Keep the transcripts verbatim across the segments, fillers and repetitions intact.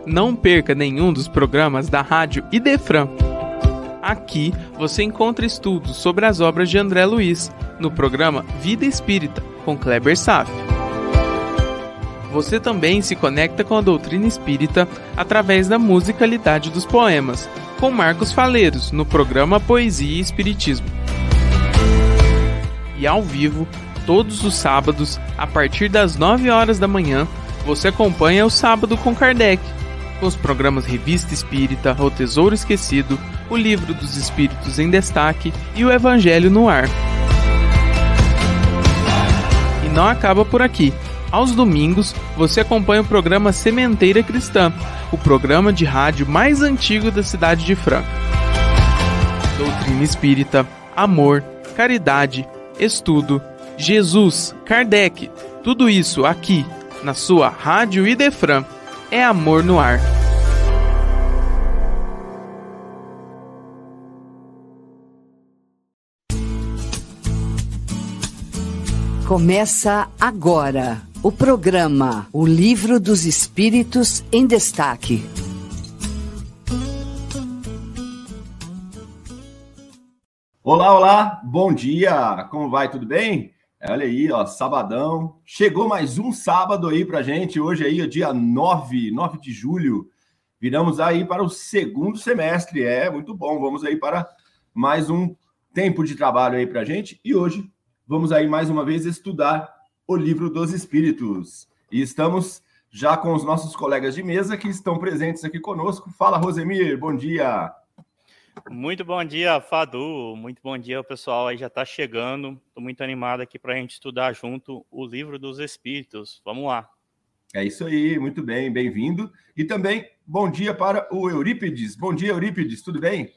Não perca nenhum dos programas da Rádio Idefran. Aqui você encontra estudos sobre as obras de André Luiz, no programa Vida Espírita, com Kleber Safi. Você também se conecta com a doutrina espírita através da musicalidade dos poemas, com Marcos Faleiros, no programa Poesia e Espiritismo. E ao vivo, todos os sábados, a partir das nove horas da manhã, você acompanha o Sábado com Kardec, com os programas Revista Espírita, O Tesouro Esquecido, o Livro dos Espíritos em Destaque e o Evangelho no Ar. E não acaba por aqui. Aos domingos, você acompanha o programa Sementeira Cristã, o programa de rádio mais antigo da cidade de Franca. Doutrina espírita, amor, caridade, estudo, Jesus, Kardec, tudo isso aqui, na sua Rádio Idefran. É amor no ar. Começa agora o programa O Livro dos Espíritos em Destaque. Olá, olá, bom dia, como vai, tudo bem? Olha aí, ó, sabadão, chegou mais um sábado aí pra gente, hoje aí, dia nove de julho, viramos aí para o segundo semestre, é, muito bom, vamos aí para mais um tempo de trabalho aí pra gente, e hoje vamos aí mais uma vez estudar o Livro dos Espíritos, e estamos já com os nossos colegas de mesa que estão presentes aqui conosco. Fala, Rosemir, bom dia! Muito bom dia, Fadu. Muito bom dia, o pessoal aí já está chegando. Estou muito animado aqui para a gente estudar junto o Livro dos Espíritos. Vamos lá. É isso aí, muito bem, bem-vindo. E também, bom dia para o Eurípides. Bom dia, Eurípides, tudo bem?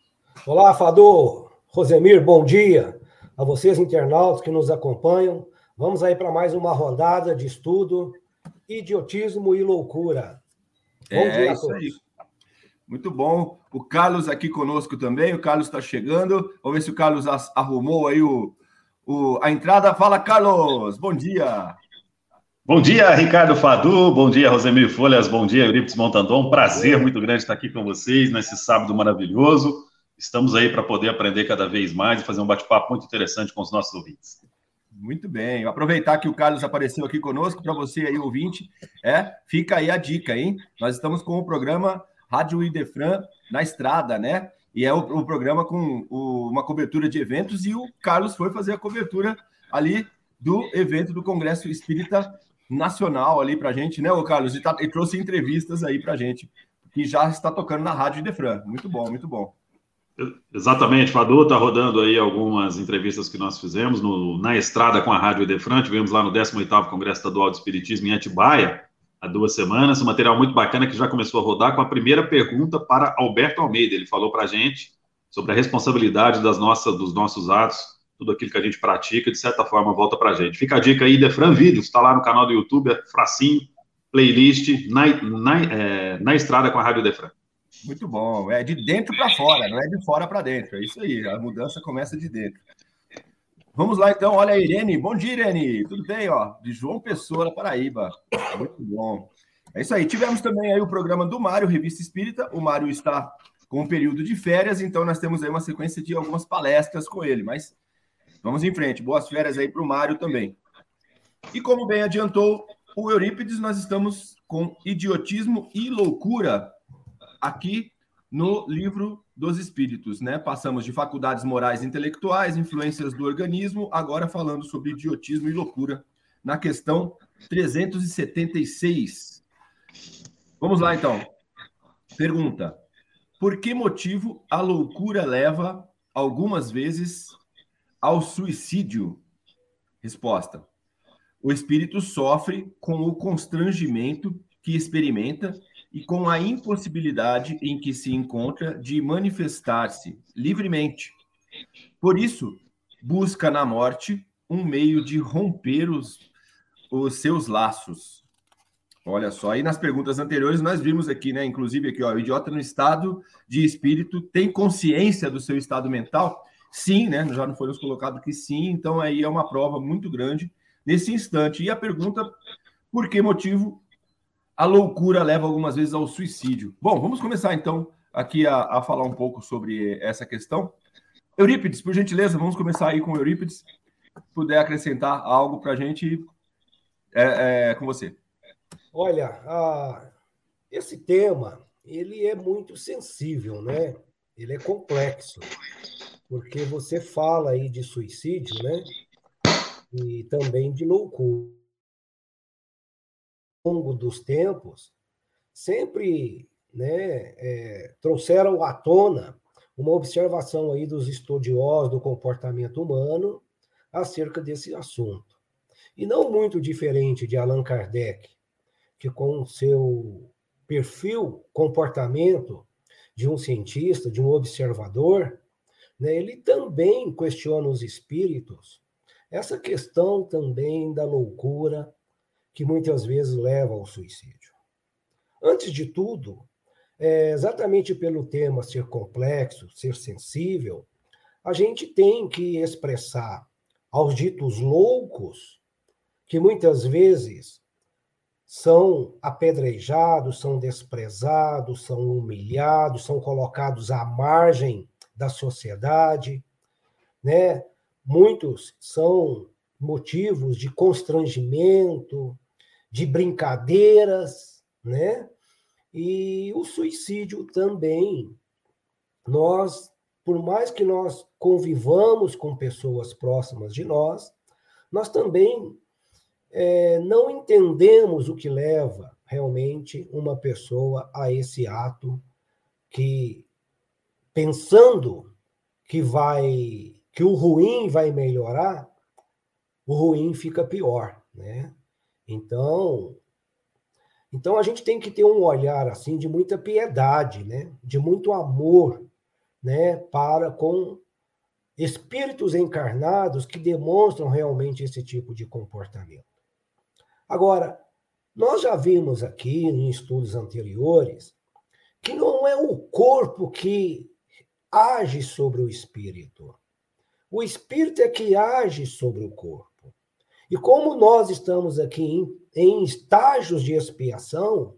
Olá, Fadu. Rosemir, bom dia. A vocês, internautas que nos acompanham. Vamos aí para mais uma rodada de estudo, idiotismo e loucura. Bom é, dia a isso todos. Aí. Muito bom. O Carlos aqui conosco também. O Carlos está chegando. Vamos ver se o Carlos arrumou aí o, o, a entrada. Fala, Carlos. Bom dia. Bom dia, Ricardo Fadu. Bom dia, Rosemir Folhas. Bom dia, Eurípides Montandon. Um prazer muito grande estar aqui com vocês nesse sábado maravilhoso. Estamos aí para poder aprender cada vez mais e fazer um bate-papo muito interessante com os nossos ouvintes. Muito bem. Aproveitar que o Carlos apareceu aqui conosco, para você aí, ouvinte, é, fica aí a dica, hein? Nós estamos com o programa Rádio Idefran na estrada, né? E é o, o programa com o, uma cobertura de eventos, e o Carlos foi fazer a cobertura ali do evento do Congresso Espírita Nacional ali pra gente, né, o Carlos? E, tá, e trouxe entrevistas aí pra gente, que já está tocando na Rádio Idefran. Muito bom, muito bom. Exatamente, Fadu, está rodando aí algumas entrevistas que nós fizemos no, na estrada com a Rádio Idefran. Tivemos lá no décimo oitavo Congresso Estadual de Espiritismo em Atibaia, há duas semanas, um material muito bacana que já começou a rodar com a primeira pergunta para Alberto Almeida. Ele falou para a gente sobre a responsabilidade das nossas, dos nossos atos, tudo aquilo que a gente pratica, de certa forma, volta para a gente. Fica a dica aí, Idefran Vídeos, está lá no canal do YouTube, é Fracinho, playlist, na, na, é, na estrada com a Rádio Idefran. Muito bom, é de dentro para fora, não é de fora para dentro, é isso aí, a mudança começa de dentro. Vamos lá, então. Olha a Irene. Bom dia, Irene. Tudo bem, ó? De João Pessoa, Paraíba. Muito bom. É isso aí. Tivemos também aí o programa do Mário, Revista Espírita. O Mário está com um período de férias, então nós temos aí uma sequência de algumas palestras com ele, mas vamos em frente. Boas férias aí para o Mário também. E como bem adiantou o Eurípides, nós estamos com Idiotismo e Loucura aqui no Livro dos Espíritos, né? Passamos de faculdades morais e intelectuais, influências do organismo, agora falando sobre idiotismo e loucura, na questão trezentos e setenta e seis. Vamos lá, então. Pergunta: por que motivo a loucura leva, algumas vezes, ao suicídio? Resposta: o espírito sofre com o constrangimento que experimenta e com a impossibilidade em que se encontra de manifestar-se livremente. Por isso, busca na morte um meio de romper os, os seus laços. Olha só, aí nas perguntas anteriores nós vimos aqui, né, inclusive aqui, ó, o idiota no estado de espírito tem consciência do seu estado mental? Sim, né, já não foi nos colocado que sim, então aí é uma prova muito grande nesse instante. E a pergunta, por que motivo a loucura leva algumas vezes ao suicídio. Bom, vamos começar então aqui a, a falar um pouco sobre essa questão. Eurípides, por gentileza, vamos começar aí com o Eurípides. Se puder acrescentar algo para a gente, é, é com você. Olha, a, esse tema, ele é muito sensível, né? Ele é complexo, porque você fala aí de suicídio, né? E também de loucura. Ao longo dos tempos, sempre, né, é, trouxeram à tona uma observação aí dos estudiosos do comportamento humano acerca desse assunto. E não muito diferente de Allan Kardec, que com o seu perfil, comportamento de um cientista, de um observador, né, ele também questiona os espíritos, essa questão também da loucura, que muitas vezes leva ao suicídio. Antes de tudo, é, exatamente pelo tema ser complexo, ser sensível, a gente tem que expressar aos ditos loucos, que muitas vezes são apedrejados, são desprezados, são humilhados, são colocados à margem da sociedade, né? Muitos são motivos de constrangimento, de brincadeiras, né? E o suicídio também. Nós, por mais que nós convivamos com pessoas próximas de nós, nós também é, não entendemos o que leva realmente uma pessoa a esse ato que, pensando que vai, que o ruim vai melhorar, o ruim fica pior, né? Então, então a gente tem que ter um olhar assim de muita piedade, né? De muito amor, né? Para com espíritos encarnados que demonstram realmente esse tipo de comportamento. Agora, nós já vimos aqui em estudos anteriores que não é o corpo que age sobre o espírito. O espírito é que age sobre o corpo. E como nós estamos aqui em, em estágios de expiação,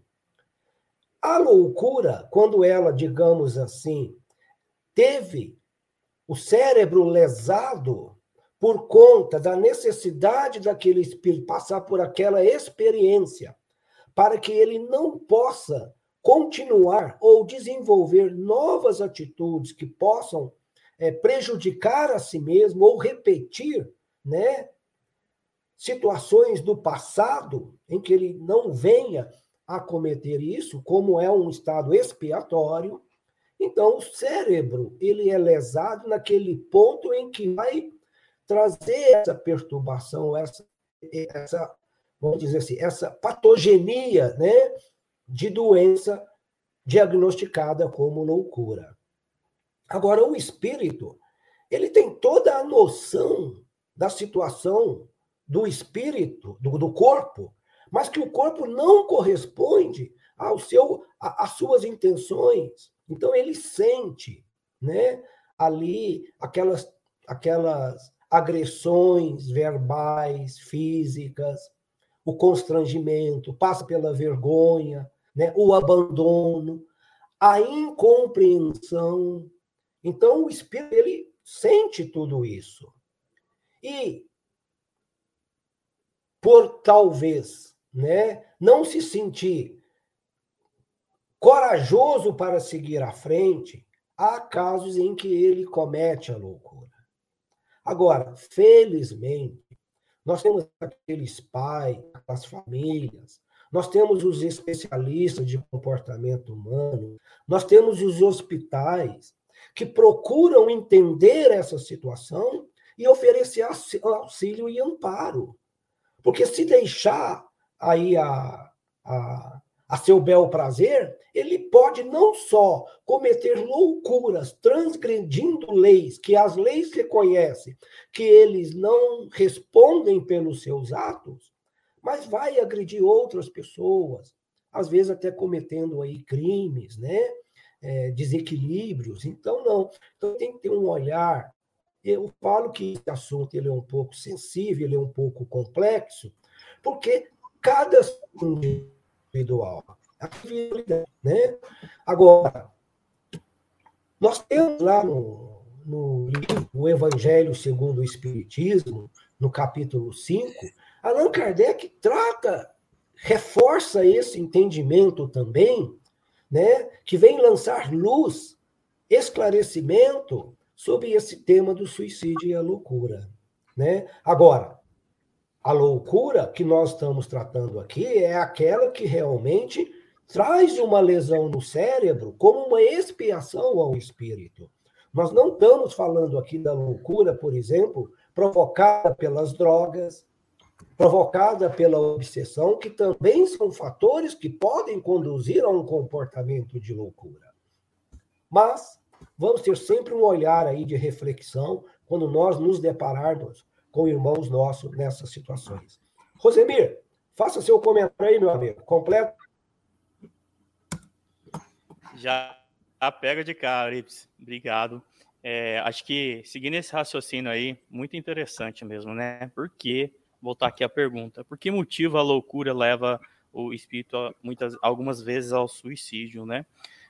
a loucura, quando ela, digamos assim, teve o cérebro lesado por conta da necessidade daquele espírito passar por aquela experiência, para que ele não possa continuar ou desenvolver novas atitudes que possam é, prejudicar a si mesmo ou repetir, né, situações do passado em que ele não venha a cometer isso, como é um estado expiatório. Então, o cérebro ele é lesado naquele ponto em que vai trazer essa perturbação, essa, essa vamos dizer assim, essa patogenia, né, de doença diagnosticada como loucura. Agora, o espírito, ele tem toda a noção da situação do espírito, do, do corpo, mas que o corpo não corresponde ao seu, às suas intenções. Então, ele sente, né, ali aquelas, aquelas agressões verbais, físicas, o constrangimento, passa pela vergonha, né, o abandono, a incompreensão. Então, o espírito, ele sente tudo isso. E, por talvez, né, não se sentir corajoso para seguir à frente, há casos em que ele comete a loucura. Agora, felizmente, nós temos aqueles pais, as famílias, nós temos os especialistas de comportamento humano, nós temos os hospitais que procuram entender essa situação e oferecer auxílio e amparo. Porque se deixar aí a, a, a seu bel prazer, ele pode não só cometer loucuras, transgredindo leis, que as leis reconhecem que eles não respondem pelos seus atos, mas vai agredir outras pessoas, às vezes até cometendo aí crimes, né? É, desequilíbrios. Então, não. Então, tem que ter um olhar. Eu falo que esse assunto ele é um pouco sensível, ele é um pouco complexo, porque cada individual. Né? Agora, nós temos lá no, no livro O Evangelho segundo o Espiritismo, no capítulo cinco, Allan Kardec trata, reforça esse entendimento também, né, que vem lançar luz, esclarecimento sobre esse tema do suicídio e a loucura. Né? Agora, a loucura que nós estamos tratando aqui é aquela que realmente traz uma lesão no cérebro como uma expiação ao espírito. Nós não estamos falando aqui da loucura, por exemplo, provocada pelas drogas, provocada pela obsessão, que também são fatores que podem conduzir a um comportamento de loucura. Mas vamos ter sempre um olhar aí de reflexão quando nós nos depararmos com irmãos nossos nessas situações. Rosemir, faça seu comentário aí, meu amigo. Completo. Já a pega de cara, Ips. Obrigado. É, acho que, seguindo esse raciocínio aí, muito interessante mesmo, né? Por que, voltar aqui à pergunta, por que motivo a loucura leva o espírito a, muitas, algumas vezes ao suicídio, né?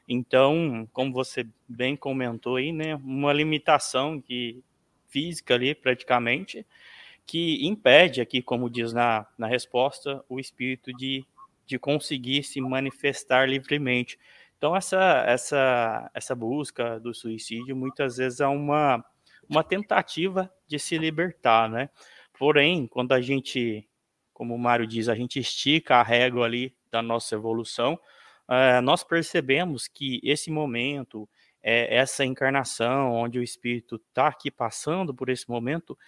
Então, como você bem comentou aí, né? Uma limitação que, física ali, praticamente, que impede aqui, como diz na, na resposta, o espírito de, de conseguir se manifestar livremente. Então, essa, essa, essa busca do suicídio, muitas vezes, é uma, uma tentativa de se libertar, né? Porém, quando a gente, como o Mário diz, a gente estica a régua ali da nossa evolução, uh, nós percebemos que esse momento, é, essa encarnação, onde o espírito está aqui passando por esse momento,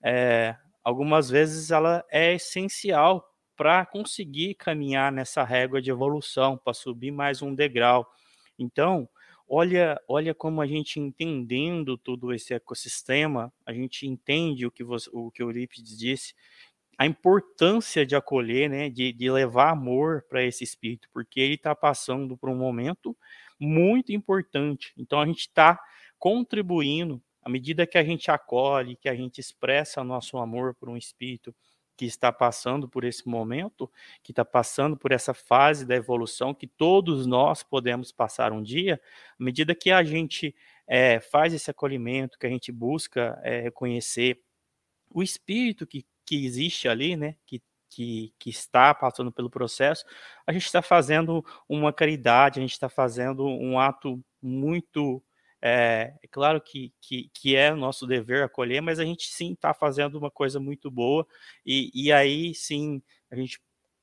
é, algumas vezes ela é essencial para conseguir caminhar nessa régua de evolução, para subir mais um degrau. Então, olha, olha como a gente entendendo todo esse ecossistema, a gente entende o que, você, o, que o Eurípides disse, a importância de acolher, né, de, de levar amor para esse espírito, porque ele está passando por um momento muito importante. Então, a gente está contribuindo, à medida que a gente acolhe, que a gente expressa nosso amor por um espírito que está passando por esse momento, que está passando por essa fase da evolução, que todos nós podemos passar um dia, à medida que a gente é, faz esse acolhimento, que a gente busca é, reconhecer o espírito que, que existe ali, né, que, que, que está passando pelo processo, a gente está fazendo uma caridade, a gente está fazendo um ato muito... É, é claro que, que, que é o nosso dever acolher, mas a gente sim está fazendo uma coisa muito boa, e, e aí sim a gente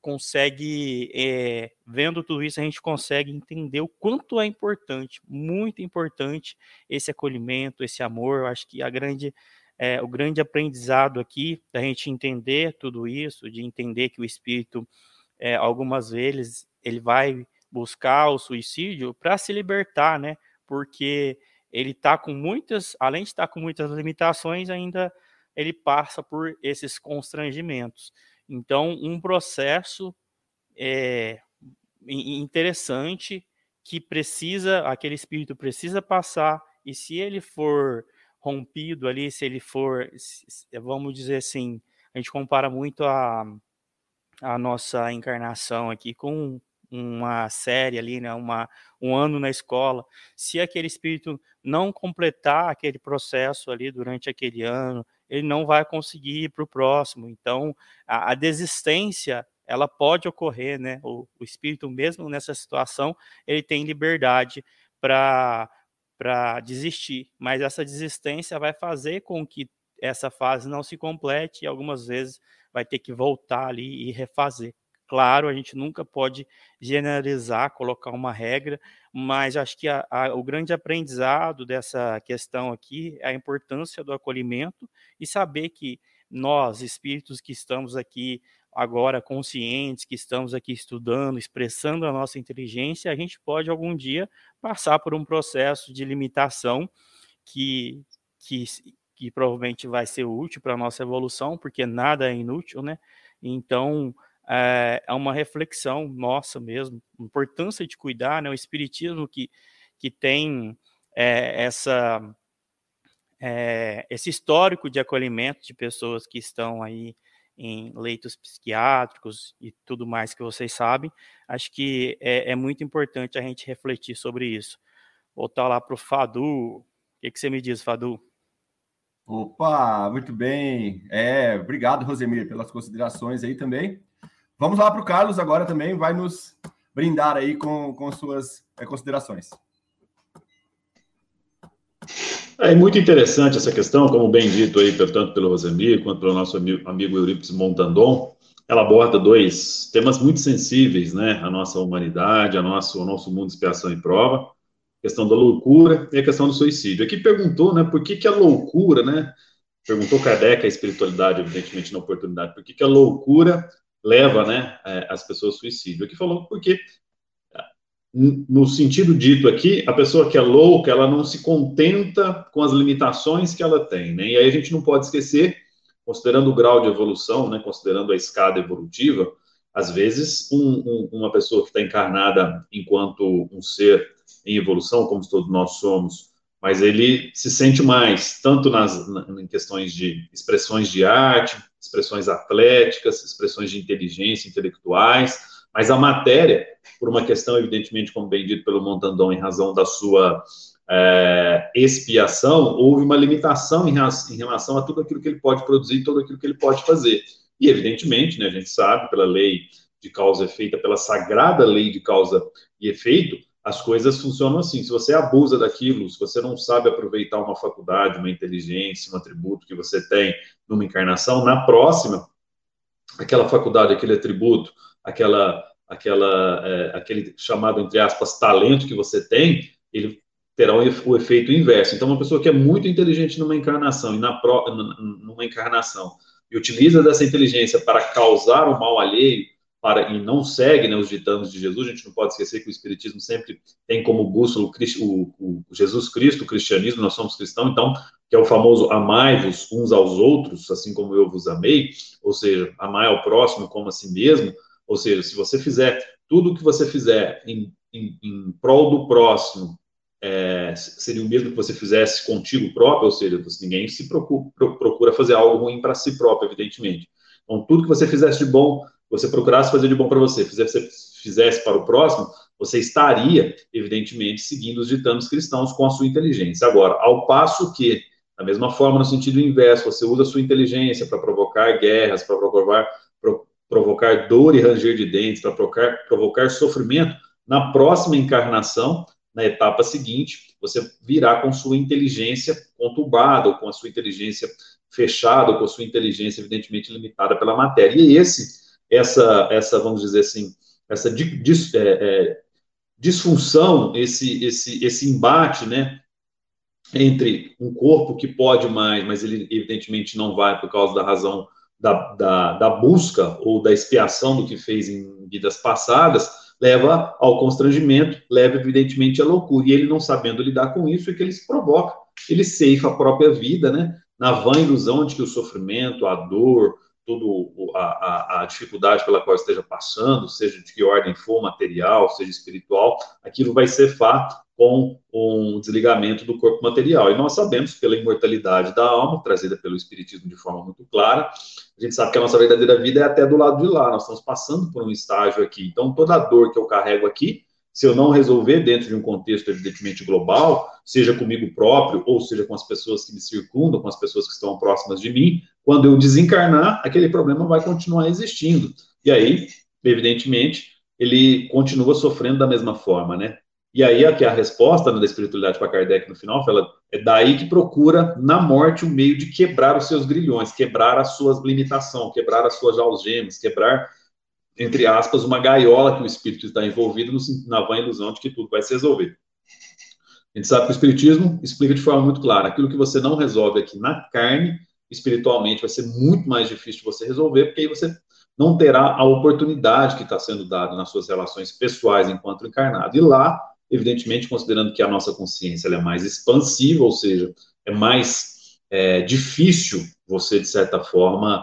consegue, é, vendo tudo isso, a gente consegue entender o quanto é importante, muito importante, esse acolhimento, esse amor. Eu acho que a grande, é, o grande aprendizado aqui, da gente entender tudo isso, de entender que o espírito, é, algumas vezes, ele vai buscar o suicídio para se libertar, né? Porque ele está com muitas, além de estar com muitas limitações, ainda ele passa por esses constrangimentos. Então, um processo é, interessante que precisa, aquele espírito precisa passar, e se ele for rompido ali, se ele for, vamos dizer assim, a gente compara muito a, a nossa encarnação aqui com uma série ali, né, uma, um ano na escola. Se aquele espírito não completar aquele processo ali durante aquele ano, ele não vai conseguir ir para o próximo. Então, a, a desistência, ela pode ocorrer, né? O, o espírito, mesmo nessa situação, ele tem liberdade para para desistir, mas essa desistência vai fazer com que essa fase não se complete, e algumas vezes vai ter que voltar ali e refazer. Claro, a gente nunca pode generalizar, colocar uma regra, mas acho que a, a, o grande aprendizado dessa questão aqui é a importância do acolhimento e saber que nós, espíritos que estamos aqui agora conscientes, que estamos aqui estudando, expressando a nossa inteligência, a gente pode algum dia passar por um processo de limitação que, que, que provavelmente vai ser útil para a nossa evolução, porque nada é inútil, né? Então, é uma reflexão nossa mesmo, a importância de cuidar, né? O espiritismo que, que tem é, essa, é, esse histórico de acolhimento de pessoas que estão aí em leitos psiquiátricos e tudo mais que vocês sabem. Acho que é, é muito importante a gente refletir sobre isso. Voltar lá para o Fadu. O que, que você me diz, Fadu? Opa, muito bem. É, obrigado, Rosemir, pelas considerações aí também. Vamos lá para o Carlos agora também, vai nos brindar aí com, com suas é, considerações. É muito interessante essa questão, como bem dito aí, tanto pelo Rosemir quanto pelo nosso amigo, amigo Eurípides Montandon. Ela aborda dois temas muito sensíveis, né? A nossa humanidade, a nosso, o nosso mundo de expiação e prova, a questão da loucura e a questão do suicídio. Aqui perguntou, né, por que, que a loucura, né? Perguntou Kardec, a espiritualidade, evidentemente, na oportunidade, por que, que a loucura leva, né, as pessoas ao suicídio. Aqui falou porque, no sentido dito aqui, a pessoa que é louca, ela não se contenta com as limitações que ela tem, né? E aí a gente não pode esquecer, considerando o grau de evolução, né, considerando a escada evolutiva, às vezes um, um, uma pessoa que está encarnada enquanto um ser em evolução, como todos nós somos, mas ele se sente mais, tanto nas, na, em questões de expressões de arte, expressões atléticas, expressões de inteligência, intelectuais, mas a matéria, por uma questão, evidentemente, como bem dito pelo Montandon, em razão da sua é, expiação, houve uma limitação em, em relação a tudo aquilo que ele pode produzir, tudo aquilo que ele pode fazer. E, evidentemente, né, a gente sabe, pela lei de causa e efeito, pela sagrada lei de causa e efeito, as coisas funcionam assim. Se você abusa daquilo, se você não sabe aproveitar uma faculdade, uma inteligência, um atributo que você tem numa encarnação, na próxima, aquela faculdade, aquele atributo, aquela, aquela, é, aquele chamado, entre aspas, talento que você tem, ele terá o efeito inverso. Então, uma pessoa que é muito inteligente numa encarnação, e na pró, numa encarnação, e utiliza dessa inteligência para causar o mal alheio, para, e não segue, né, os ditames de Jesus, a gente não pode esquecer que o Espiritismo sempre tem como bússola o, o, o Jesus Cristo, o cristianismo, nós somos cristãos, então, que é o famoso amai-vos uns aos outros, assim como eu vos amei, ou seja, amai ao próximo como a si mesmo, ou seja, se você fizer tudo o que você fizer em, em, em prol do próximo, é, seria o mesmo que você fizesse contigo próprio, ou seja, ninguém se procura, procura fazer algo ruim para si próprio, evidentemente. Então, tudo que você fizesse de bom, você procurasse fazer de bom para você, fizesse, fizesse para o próximo, você estaria, evidentemente, seguindo os ditames cristãos com a sua inteligência. Agora, ao passo que, da mesma forma, no sentido inverso, você usa a sua inteligência para provocar guerras, para provocar, pro, provocar dor e ranger de dentes, para provocar, provocar sofrimento, na próxima encarnação, na etapa seguinte, você virá com sua inteligência conturbada, ou com a sua inteligência fechada, ou com a sua inteligência, evidentemente, limitada pela matéria. E esse, essa, essa vamos dizer assim, essa dis, é, é, disfunção, esse, esse, esse embate, né, entre um corpo que pode mais, mas ele evidentemente não vai por causa da razão da, da, da busca ou da expiação do que fez em vidas passadas, leva ao constrangimento, leva evidentemente à loucura, e ele não sabendo lidar com isso, é que ele se provoca, ele ceifa a própria vida, né, na vã ilusão de que o sofrimento, a dor, toda a, a, a dificuldade pela qual esteja passando, seja de que ordem for, material, seja espiritual, aquilo vai cefar com um desligamento do corpo material. E nós sabemos, pela imortalidade da alma, trazida pelo Espiritismo de forma muito clara, a gente sabe que a nossa verdadeira vida é até do lado de lá, nós estamos passando por um estágio aqui. Então, toda a dor que eu carrego aqui, se eu não resolver dentro de um contexto evidentemente global, seja comigo próprio, ou seja com as pessoas que me circundam, com as pessoas que estão próximas de mim, quando eu desencarnar, aquele problema vai continuar existindo. E aí, evidentemente, ele continua sofrendo da mesma forma, né? E aí, aqui a resposta, né, da espiritualidade para Kardec no final, fala, é daí que procura, na morte, o meio de quebrar os seus grilhões, quebrar as suas limitações, quebrar as suas algemas, quebrar, entre aspas, uma gaiola que o espírito está envolvido no, na vã ilusão de que tudo vai se resolver. A gente sabe que o espiritismo explica de forma muito clara, aquilo que você não resolve aqui na carne, espiritualmente vai ser muito mais difícil de você resolver, porque aí você não terá a oportunidade que está sendo dada nas suas relações pessoais enquanto encarnado. E lá, evidentemente, considerando que a nossa consciência ela é mais expansiva, ou seja, é mais é, difícil você, de certa forma,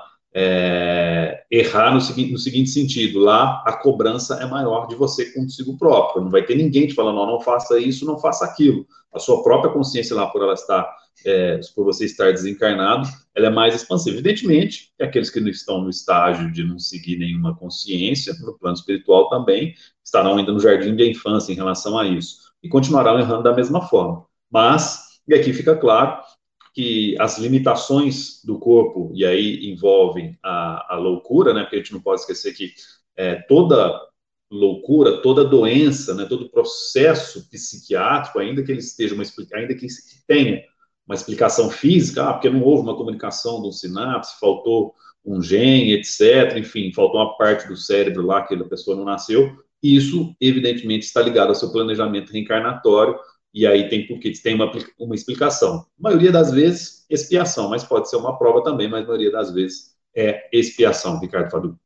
é, errar no seguinte, no seguinte sentido, lá a cobrança é maior de você consigo próprio, não vai ter ninguém te falando, não, não faça isso, não faça aquilo, a sua própria consciência lá, por ela estar é, por você estar desencarnado, ela é mais expansiva. Evidentemente, aqueles que não estão no estágio de não seguir nenhuma consciência, no plano espiritual também, estarão ainda no jardim da infância em relação a isso, e continuarão errando da mesma forma. Mas, e aqui fica claro, que as limitações do corpo, e aí envolvem a, a loucura, né, porque a gente não pode esquecer que é, toda loucura, toda doença, né, todo processo psiquiátrico, ainda que ele esteja uma, ainda que tenha uma explicação física, ah, porque não houve uma comunicação de um sinapse, faltou um gene, etcétera, enfim, faltou uma parte do cérebro lá que a pessoa não nasceu, isso, evidentemente, está ligado ao seu planejamento reencarnatório, e aí tem porque tem uma, uma explicação. A maioria das vezes, expiação, mas pode ser uma prova também, mas a maioria das vezes é expiação, Ricardo Fadu.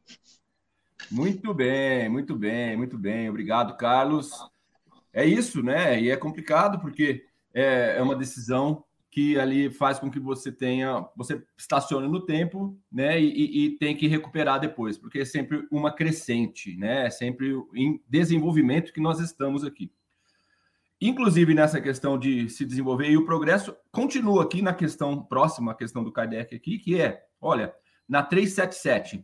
Muito bem, muito bem, muito bem. Obrigado, Carlos. É isso, né? E é complicado porque é, é uma decisão que ali faz com que você tenha, você estacione no tempo, né? E, e, e tem que recuperar depois, porque é sempre uma crescente, né? É sempre em desenvolvimento que nós estamos aqui. Inclusive nessa questão de se desenvolver, e o progresso continua aqui na questão próxima, a questão do Kardec aqui, que é, olha, na trezentos e setenta e sete.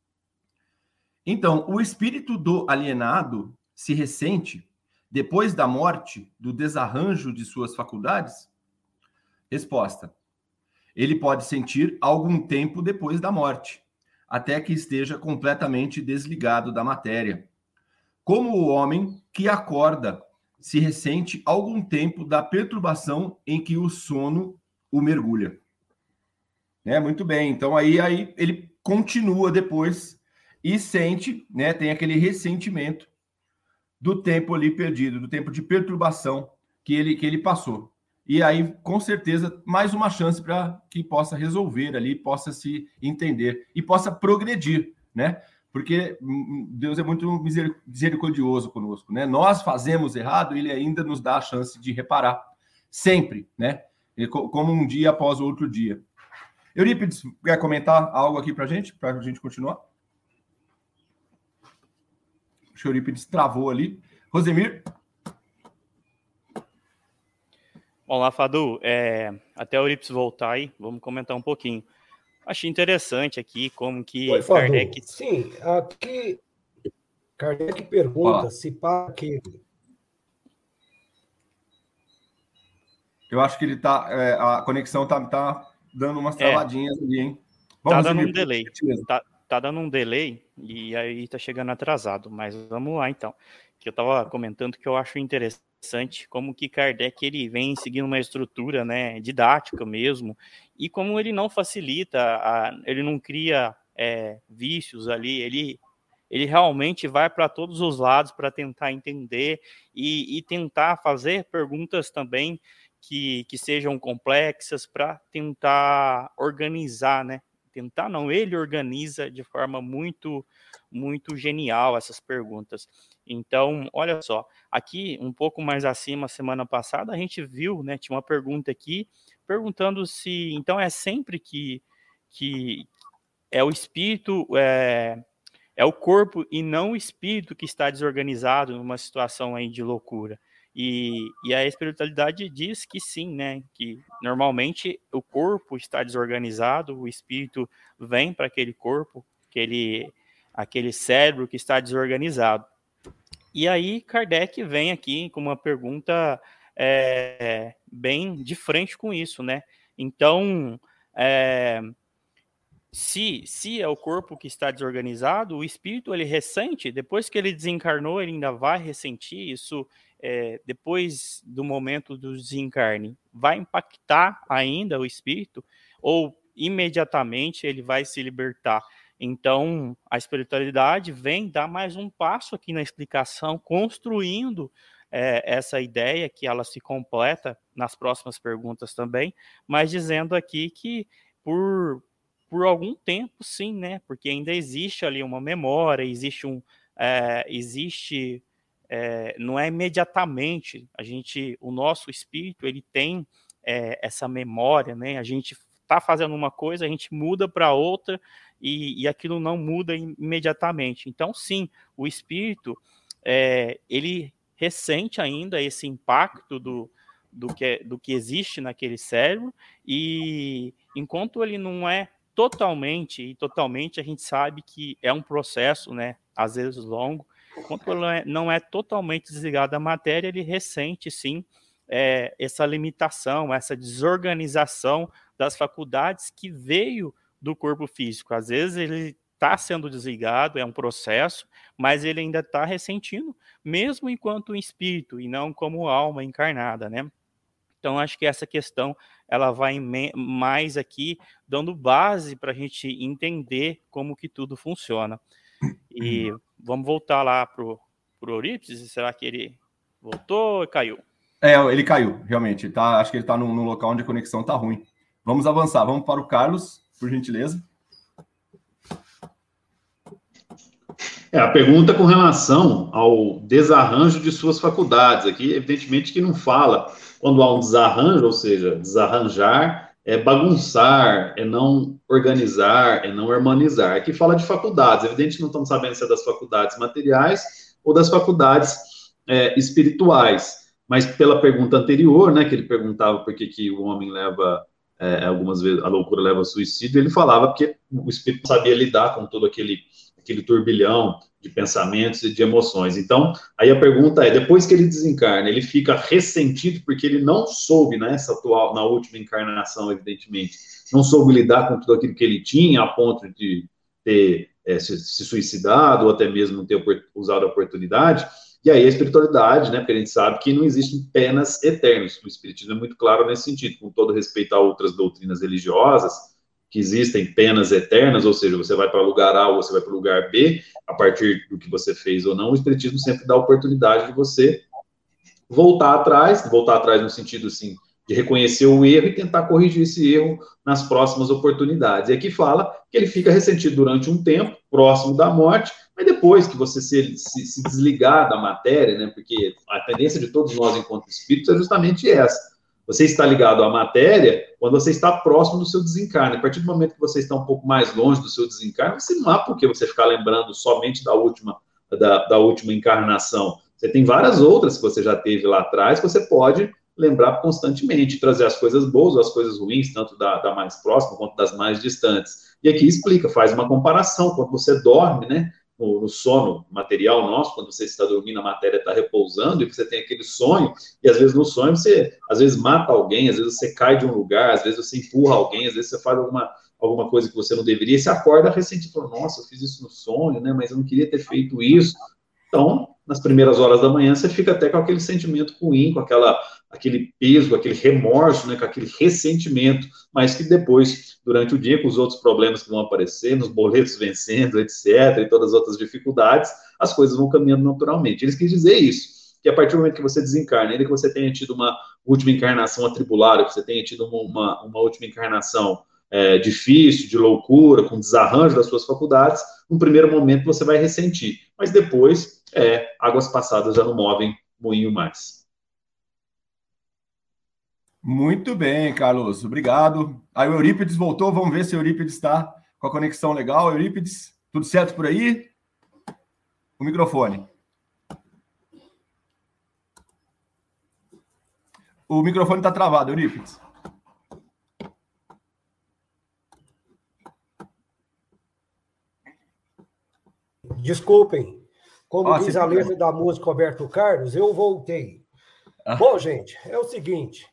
Então, o espírito do alienado se ressente depois da morte do desarranjo de suas faculdades? Resposta: ele pode sentir algum tempo depois da morte, até que esteja completamente desligado da matéria. Como o homem que acorda se ressente algum tempo da perturbação em que o sono o mergulha. É, muito bem. Então, aí, aí ele continua depois e sente, né, tem aquele ressentimento do tempo ali perdido, do tempo de perturbação que ele, que ele passou. E aí, com certeza, mais uma chance para que possa resolver ali, possa se entender e possa progredir, né? Porque Deus é muito misericordioso conosco, né? Nós fazemos errado, ele ainda nos dá a chance de reparar, sempre, né? Como um dia após o outro dia. Eurípides, quer comentar algo aqui para a gente, para a gente continuar? O Eurípides travou ali. Rosemir? Vamos lá, Fadu. É, até o Eurípides voltar aí, vamos comentar um pouquinho. Achei interessante aqui como que Oi, Kardec... Sim, aqui Kardec pergunta Olá. se para que... Eu acho que ele tá, é, a conexão tá, tá dando umas travadinhas é, ali, hein? Vamos tá dando um delay. Tá, tá dando um delay e aí tá chegando atrasado, mas vamos lá então. Que eu tava comentando que eu acho interessante como que Kardec ele vem seguindo uma estrutura, né, didática mesmo, e como ele não facilita, a, ele não cria é, vícios ali, ele, ele realmente vai para todos os lados para tentar entender e, e tentar fazer perguntas também que, que sejam complexas para tentar organizar, né? Tentar não, ele organiza de forma muito, muito genial essas perguntas. Então, olha só, aqui um pouco mais acima, semana passada, a gente viu, né, tinha uma pergunta aqui, perguntando se, então é sempre que, que é o espírito, é, é o corpo e não o espírito que está desorganizado numa situação aí de loucura. E, e a espiritualidade diz que sim, né? Que normalmente o corpo está desorganizado, o espírito vem para aquele corpo, aquele, aquele cérebro que está desorganizado. E aí Kardec vem aqui com uma pergunta é, bem de frente com isso, né? Então, é, se, se é o corpo que está desorganizado, o espírito ele ressente, depois que ele desencarnou, ele ainda vai ressentir isso. É, depois do momento do desencarne, vai impactar ainda o espírito ou imediatamente ele vai se libertar? Então, a espiritualidade vem dar mais um passo aqui na explicação, construindo é, essa ideia que ela se completa nas próximas perguntas também, mas dizendo aqui que por, por algum tempo, sim, né? Porque ainda existe ali uma memória, existe um... É, existe... É, não é imediatamente, a gente, o nosso espírito, ele tem é, essa memória, né? A gente está fazendo uma coisa, a gente muda para outra e, e aquilo não muda imediatamente. Então, sim, o espírito, é, ele ressente ainda esse impacto do, do que, do que existe naquele cérebro, e enquanto ele não é totalmente, e totalmente a gente sabe que é um processo, né, às vezes longo, enquanto ele não é totalmente desligado da matéria, ele ressente, sim, é, essa limitação, essa desorganização das faculdades que veio do corpo físico. Às vezes ele está sendo desligado, é um processo, mas ele ainda está ressentindo, mesmo enquanto espírito, e não como alma encarnada, né? Então, acho que essa questão, ela vai mais aqui, dando base para a gente entender como que tudo funciona. E vamos voltar lá para o Eurípides, será que ele voltou e caiu? É, ele caiu, realmente. Tá, acho que ele está num, num local onde a conexão está ruim. Vamos avançar, vamos para o Carlos, por gentileza. É, a pergunta com relação ao desarranjo de suas faculdades. Aqui, evidentemente, que não fala quando há um desarranjo, ou seja, desarranjar é bagunçar, é não organizar, é não harmonizar. Aqui fala de faculdades. Evidente que não estamos sabendo se é das faculdades materiais ou das faculdades é, espirituais. Mas pela pergunta anterior, né, que ele perguntava por que, que o homem leva, é, algumas vezes, a loucura leva ao suicídio, ele falava que o espírito sabia lidar com todo aquele aquele turbilhão de pensamentos e de emoções. Então, aí a pergunta é, depois que ele desencarna, ele fica ressentido porque ele não soube, nessa atual, na última encarnação, evidentemente, não soube lidar com tudo aquilo que ele tinha, a ponto de ter é, se, se suicidado, ou até mesmo não ter usado a oportunidade. E aí a espiritualidade, né, porque a gente sabe que não existem penas eternas. O espiritismo é muito claro nesse sentido, com todo respeito a outras doutrinas religiosas, que existem penas eternas, ou seja, você vai para lugar A ou você vai para o lugar B, a partir do que você fez ou não, o espiritismo sempre dá a oportunidade de você voltar atrás, voltar atrás no sentido, assim, de reconhecer o erro e tentar corrigir esse erro nas próximas oportunidades. E aqui fala que ele fica ressentido durante um tempo, próximo da morte, mas depois que você se, se, se desligar da matéria, né, porque a tendência de todos nós enquanto espíritos é justamente essa. Você está ligado à matéria quando você está próximo do seu desencarne. A partir do momento que você está um pouco mais longe do seu desencarne, você não há por que você ficar lembrando somente da última, da, da última encarnação. Você tem várias outras que você já teve lá atrás, que você pode lembrar constantemente, trazer as coisas boas ou as coisas ruins, tanto da, da mais próxima quanto das mais distantes. E aqui explica, faz uma comparação. Quando você dorme, né, no, no sono material nosso, quando você está dormindo, a matéria está repousando, e você tem aquele sonho, e às vezes no sonho você, às vezes mata alguém, às vezes você cai de um lugar, às vezes você empurra alguém, às vezes você faz alguma, alguma coisa que você não deveria, e você acorda ressentido, fala, nossa, eu fiz isso no sonho, né, mas eu não queria ter feito isso. Então, nas primeiras horas da manhã, você fica até com aquele sentimento ruim, com aquela, aquele peso, com aquele remorso, né, com aquele ressentimento, mas que depois, durante o dia, com os outros problemas que vão aparecer, nos boletos vencendo, etcétera, e todas as outras dificuldades, as coisas vão caminhando naturalmente. Eles quis dizer isso, que a partir do momento que você desencarna, ainda que você tenha tido uma última encarnação atribulada, que você tenha tido uma, uma, uma última encarnação é, difícil, de loucura, com desarranjo das suas faculdades, no primeiro momento você vai ressentir, mas depois, é, águas passadas já não movem moinho mais. Muito bem, Carlos, obrigado. Aí o Eurípides voltou, vamos ver se o Eurípides está com a conexão legal. Eurípides, tudo certo por aí? O microfone. O microfone está travado, Eurípides. Desculpem, como ah, diz a letra da música Roberto Carlos, eu voltei. Ah. Bom, gente, é o seguinte,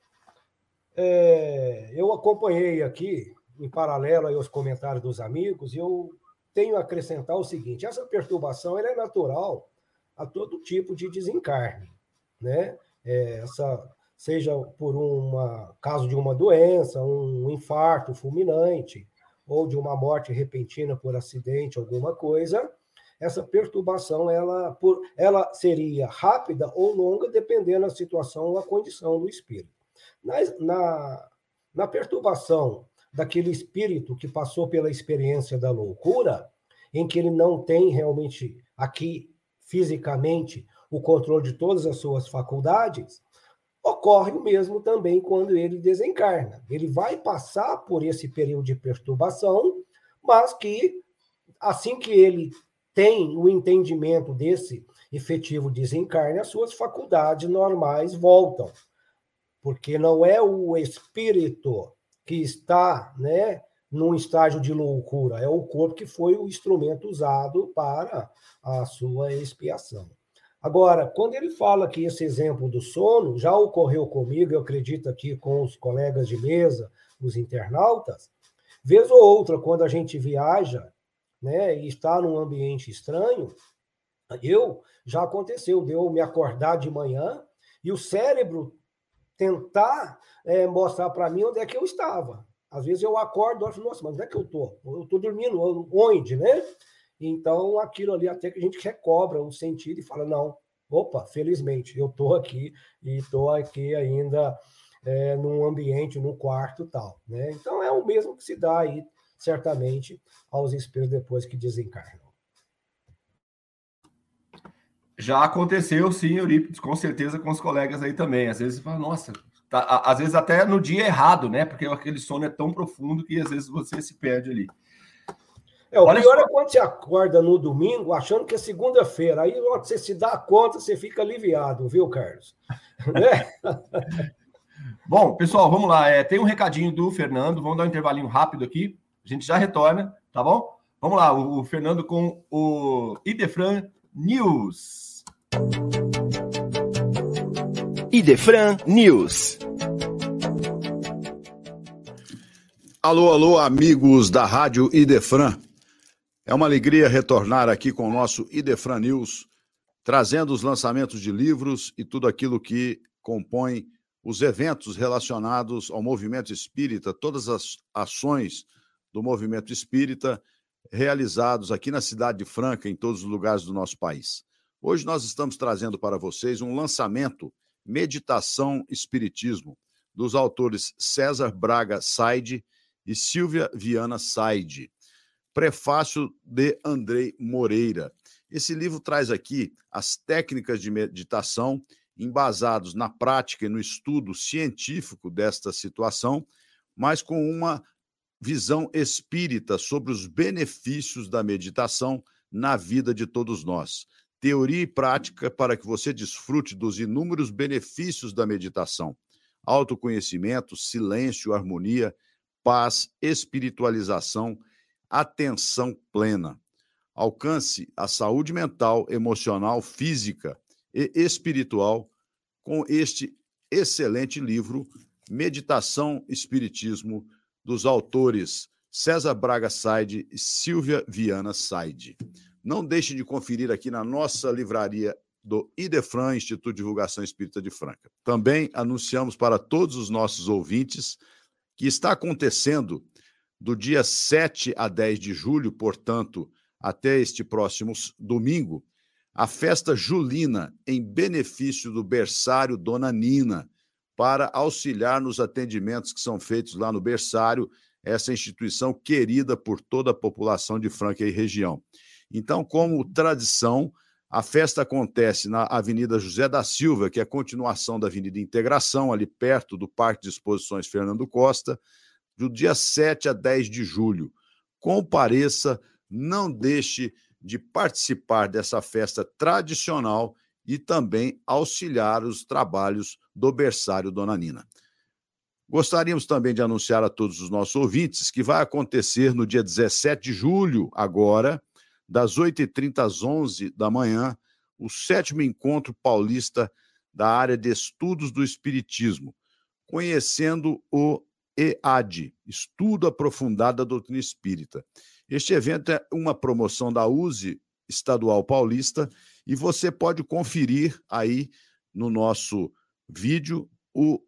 é, eu acompanhei aqui, em paralelo aos comentários dos amigos, e eu tenho a acrescentar o seguinte, essa perturbação ela é natural a todo tipo de desencarne, né? É, essa, seja por um caso de uma doença, um infarto fulminante, ou de uma morte repentina por acidente, alguma coisa, essa perturbação ela, por, ela seria rápida ou longa, dependendo da situação ou a condição do espírito. Na, na, na perturbação daquele espírito que passou pela experiência da loucura, em que ele não tem realmente aqui, fisicamente, o controle de todas as suas faculdades, ocorre o mesmo também quando ele desencarna. Ele vai passar por esse período de perturbação, mas que, assim que ele tem o entendimento desse efetivo desencarne, as suas faculdades normais voltam. porque não é o espírito que está, né, num estágio de loucura, é o corpo que foi o instrumento usado para a sua expiação. Agora, quando ele fala que esse exemplo do sono já ocorreu comigo, eu acredito aqui com os colegas de mesa, os internautas, vez ou outra, quando a gente viaja, né, e está num ambiente estranho, eu, já aconteceu de eu me acordar de manhã e o cérebro tentar é, mostrar para mim onde é que eu estava. Às vezes eu acordo e falo, nossa, mas onde é que eu estou? Eu estou dormindo, onde, né? Então, aquilo ali até que a gente recobra o sentido e fala, não, opa, felizmente, eu estou aqui e estou aqui ainda é, num ambiente, num quarto e tal, né? Então, é o mesmo que se dá aí, certamente, aos espíritos depois que desencarnam. Já aconteceu, sim, Eurípides, com certeza com os colegas aí também. Às vezes você fala, nossa, tá, às vezes até no dia errado, né? Porque aquele sono é tão profundo que às vezes você se perde ali. É, o Olha pior só. é quando você acorda no domingo achando que é segunda-feira. Aí você se dá conta, você fica aliviado, viu, Carlos? Né? Bom, pessoal, vamos lá. É, tem um recadinho do Fernando. Vamos dar um intervalinho rápido aqui. A gente já retorna, tá bom? Vamos lá, o, o Fernando com o Idefran News. Idefran News. Alô, alô, amigos da Rádio Idefran. É uma alegria retornar aqui com o nosso Idefran News, trazendo os lançamentos de livros e tudo aquilo que compõe os eventos relacionados ao movimento espírita, todas as ações do movimento espírita realizados aqui na cidade de Franca, em todos os lugares do nosso país. Hoje nós estamos trazendo para vocês um lançamento, Meditação Espiritismo, dos autores César Braga Saide e Silvia Viana Saide. Prefácio de Andrei Moreira. Esse livro traz aqui as técnicas de meditação embasados na prática e no estudo científico desta situação, mas com uma visão espírita sobre os benefícios da meditação na vida de todos nós. Teoria e prática para que você desfrute dos inúmeros benefícios da meditação. Autoconhecimento, silêncio, harmonia, paz, espiritualização, atenção plena. Alcance a saúde mental, emocional, física e espiritual com este excelente livro, Meditação Espiritismo, dos autores César Braga Saide e Silvia Viana Saide. Não deixe de conferir aqui na nossa livraria do Idefran, Instituto de Divulgação Espírita de Franca. Também anunciamos para todos os nossos ouvintes que está acontecendo do dia sete a dez de julho, portanto, até este próximo domingo, a festa julina em benefício do berçário Dona Nina, para auxiliar nos atendimentos que são feitos lá no berçário, essa instituição querida por toda a população de Franca e região. Então, como tradição, a festa acontece na Avenida José da Silva, que é a continuação da Avenida Integração, ali perto do Parque de Exposições Fernando Costa, do dia sete a dez de julho. Compareça, não deixe de participar dessa festa tradicional e também auxiliar os trabalhos do berçário Dona Nina. Gostaríamos também de anunciar a todos os nossos ouvintes que vai acontecer no dia dezessete de julho, agora, das oito e trinta às onze da manhã, o sétimo Encontro Paulista da área de Estudos do Espiritismo, conhecendo o E A D, Estudo Aprofundado da Doutrina Espírita. Este evento é uma promoção da U S E Estadual Paulista e você pode conferir aí no nosso vídeo o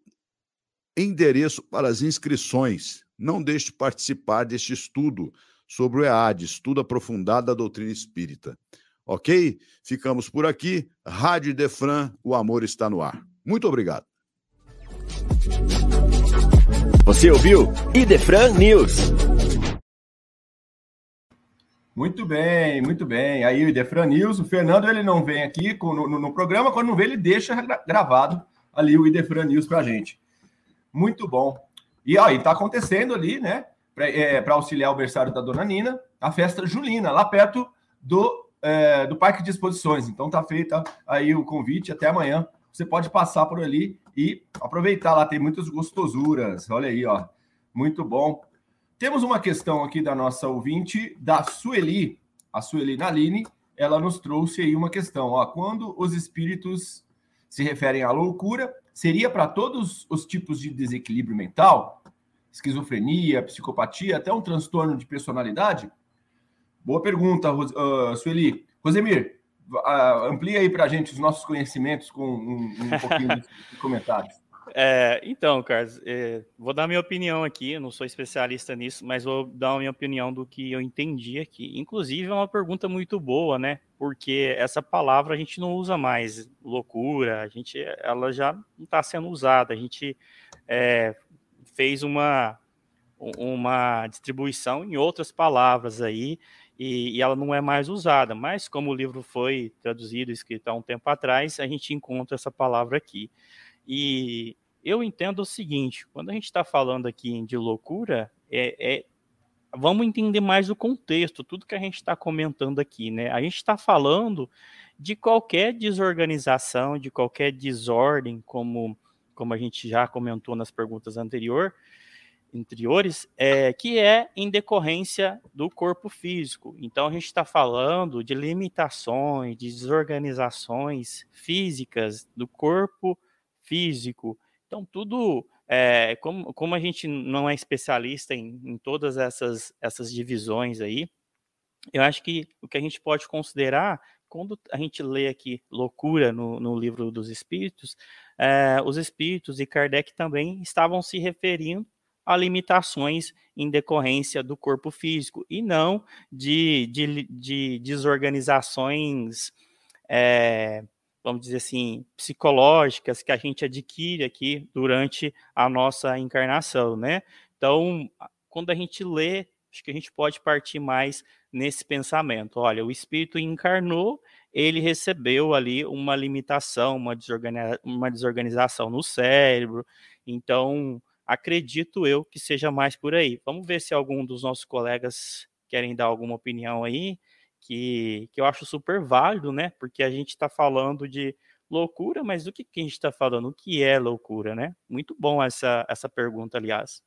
endereço para as inscrições. Não deixe de participar deste estudo sobre o E A D, Estudo Aprofundado da Doutrina Espírita. Ok? Ficamos por aqui. Rádio Idefran, o amor está no ar. Muito obrigado. Você ouviu Idefran News. Muito bem, muito bem. Aí o Idefran News, o Fernando, ele não vem aqui no, no, no programa, quando não vê, ele deixa gravado ali o Idefran News pra gente. Muito bom. E aí, tá acontecendo ali, né, para é, auxiliar o berçário da Dona Nina, a festa julina, lá perto do, é, do Parque de Exposições. Então tá feita aí o convite, até amanhã. Você pode passar por ali e aproveitar lá, tem muitas gostosuras. Olha aí, ó. Muito bom. Temos uma questão aqui da nossa ouvinte, da Sueli, a Sueli Naline, ela nos trouxe aí uma questão, ó. Quando os espíritos se referem à loucura, seria para todos os tipos de desequilíbrio mental? Esquizofrenia, psicopatia, até um transtorno de personalidade? Boa pergunta, uh, Sueli. Rosemir, uh, amplia aí para a gente os nossos conhecimentos com um, um pouquinho de comentários. É, então, Carlos, é, vou dar minha opinião aqui, eu não sou especialista nisso, mas vou dar a minha opinião do que eu entendi aqui. Inclusive, é uma pergunta muito boa, né? Porque essa palavra a gente não usa mais, loucura, a gente, ela já não está sendo usada. A gente é, fez uma, uma distribuição em outras palavras aí, e, e ela não é mais usada. Mas como o livro foi traduzido, escrito há um tempo atrás, a gente encontra essa palavra aqui. E eu entendo o seguinte, quando a gente está falando aqui de loucura, é, é, vamos entender mais o contexto, tudo que a gente está comentando aqui, né? A gente está falando de qualquer desorganização, de qualquer desordem, como, como a gente já comentou nas perguntas anterior, anteriores, é, que é em decorrência do corpo físico. Então, a gente está falando de limitações, de desorganizações físicas do corpo físico. Então, tudo, é, como, como a gente não é especialista em, em todas essas, essas divisões aí, eu acho que o que a gente pode considerar, quando a gente lê aqui loucura no, no livro dos espíritos, é, os espíritos e Kardec também estavam se referindo a limitações em decorrência do corpo físico, e não de, de, de desorganizações, é, vamos dizer assim, psicológicas que a gente adquire aqui durante a nossa encarnação, né? Então, quando a gente lê, acho que a gente pode partir mais nesse pensamento. Olha, o espírito encarnou, ele recebeu ali uma limitação, uma, desorganiza- uma desorganização no cérebro. Então, acredito eu que seja mais por aí. Vamos ver se algum dos nossos colegas querem dar alguma opinião aí. Que, que eu acho super válido, né? Porque a gente está falando de loucura, mas do que, que a gente está falando? O que é loucura, né? Muito bom essa, essa pergunta, aliás.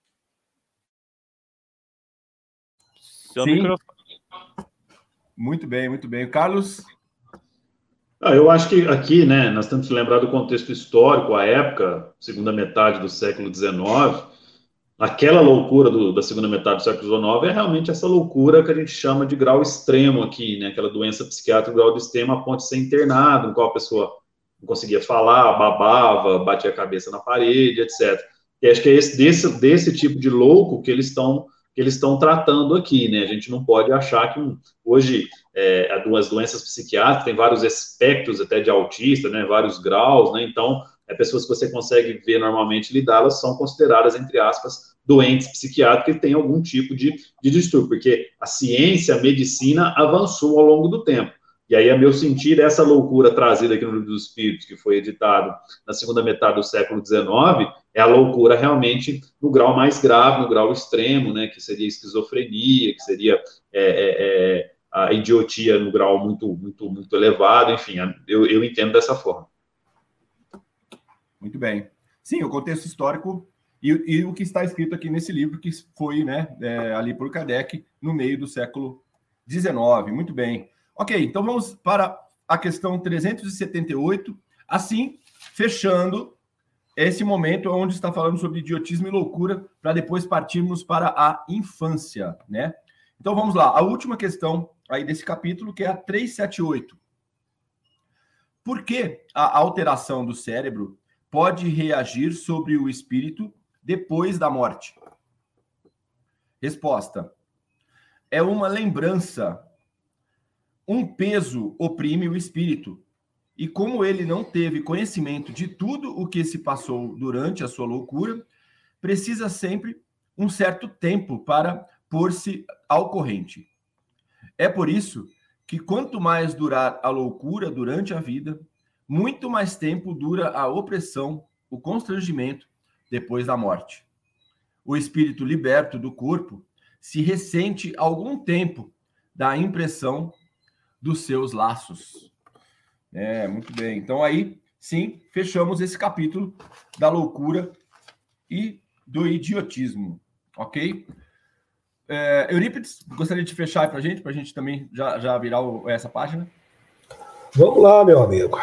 Seu Sim. microfone. Muito bem, muito bem. Carlos? Ah, eu acho que aqui, né, nós temos que lembrar do contexto histórico, a época, segunda metade do século dezenove, aquela loucura do, da segunda metade do século dezenove é realmente essa loucura que a gente chama de grau extremo aqui, né? Aquela doença psiquiátrica, grau de extremo, a ponto de ser internado, no qual a pessoa não conseguia falar, babava, batia a cabeça na parede, etcétera. E acho que é esse, desse, desse tipo de louco que eles estão que eles estão tratando aqui, né? A gente não pode achar que um, hoje é, as doenças psiquiátricas tem vários espectros até de autista, né? Vários graus, né? Então, é, pessoas que você consegue ver normalmente lidá-las são consideradas, entre aspas, doentes psiquiátricos que têm algum tipo de, de distúrbio, porque a ciência, a medicina avançou ao longo do tempo. E aí, a meu sentir, essa loucura trazida aqui no Livro dos Espíritos, que foi editado na segunda metade do século dezenove, é a loucura realmente no grau mais grave, no grau extremo, né, que seria esquizofrenia, que seria é, é, é, a idiotia no grau muito, muito, muito elevado, enfim, eu, eu entendo dessa forma. Muito bem. Sim, o contexto histórico e, e o que está escrito aqui nesse livro, que foi, né, é, ali por Kardec, no meio do século dezenove. Muito bem. Ok, então vamos para a questão trezentos e setenta e oito, assim, fechando esse momento onde está falando sobre idiotismo e loucura, para depois partirmos para a infância, né? Então vamos lá, a última questão aí desse capítulo, que é a trezentos e setenta e oito. Por que a alteração do cérebro pode reagir sobre o espírito depois da morte? Resposta: é uma lembrança. Um peso oprime o espírito, e como ele não teve conhecimento de tudo o que se passou durante a sua loucura, precisa sempre um certo tempo para pôr-se ao corrente. É por isso que quanto mais durar a loucura durante a vida, muito mais tempo dura a opressão, o constrangimento depois da morte. O espírito liberto do corpo se ressente algum tempo da impressão dos seus laços. É, muito bem. Então aí sim, fechamos esse capítulo da loucura e do idiotismo, ok? É, Eurípides, gostaria de fechar para a gente, para a gente também já, já virar o, essa página? Vamos lá, meu amigo.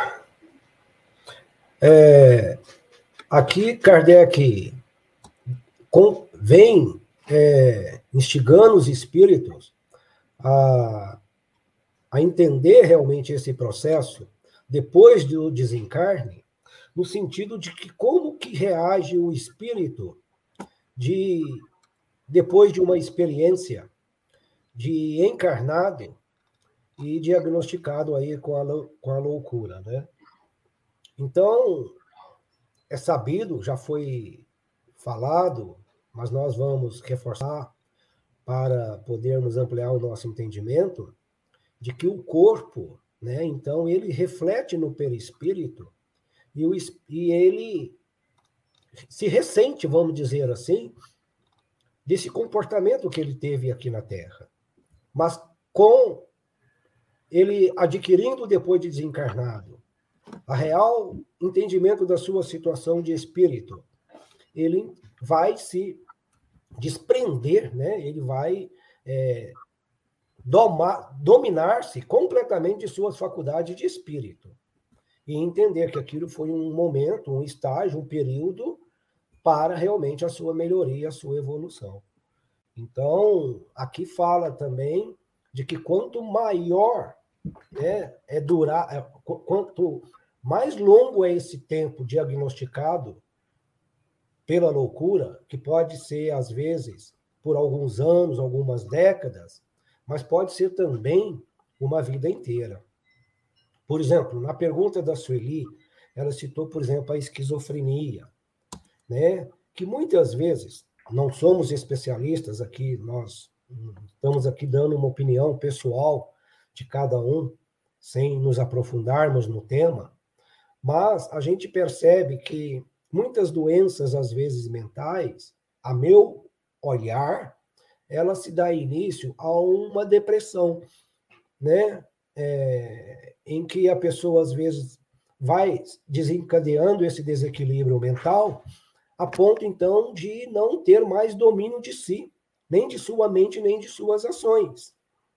É, aqui, Kardec com, vem é, instigando os espíritos a, a entender realmente esse processo depois do desencarne, no sentido de que como que reage o espírito de, depois de uma experiência de encarnado e diagnosticado aí com a, com a loucura, né? Então, é sabido, já foi falado, mas nós vamos reforçar para podermos ampliar o nosso entendimento, de que o corpo, né, então, ele reflete no perispírito e, o, e ele se ressente, vamos dizer assim, desse comportamento que ele teve aqui na Terra. Mas com ele adquirindo, depois de desencarnado, a real entendimento da sua situação de espírito, ele vai se desprender, né? Ele vai é, dominar-se completamente de suas faculdades de espírito e entender que aquilo foi um momento, um estágio, um período para realmente a sua melhoria, a sua evolução. Então, aqui fala também de que quanto maior, né, é durar, é, quanto mais longo é esse tempo diagnosticado pela loucura, que pode ser, às vezes, por alguns anos, algumas décadas, mas pode ser também uma vida inteira. Por exemplo, na pergunta da Sueli, ela citou, por exemplo, a esquizofrenia, né, que muitas vezes, não somos especialistas aqui, nós estamos aqui dando uma opinião pessoal de cada um, sem nos aprofundarmos no tema, mas a gente percebe que muitas doenças, às vezes mentais, a meu olhar, ela se dá início a uma depressão, né? É, em que a pessoa, às vezes, vai desencadeando esse desequilíbrio mental, a ponto, então, de não ter mais domínio de si, nem de sua mente, nem de suas ações.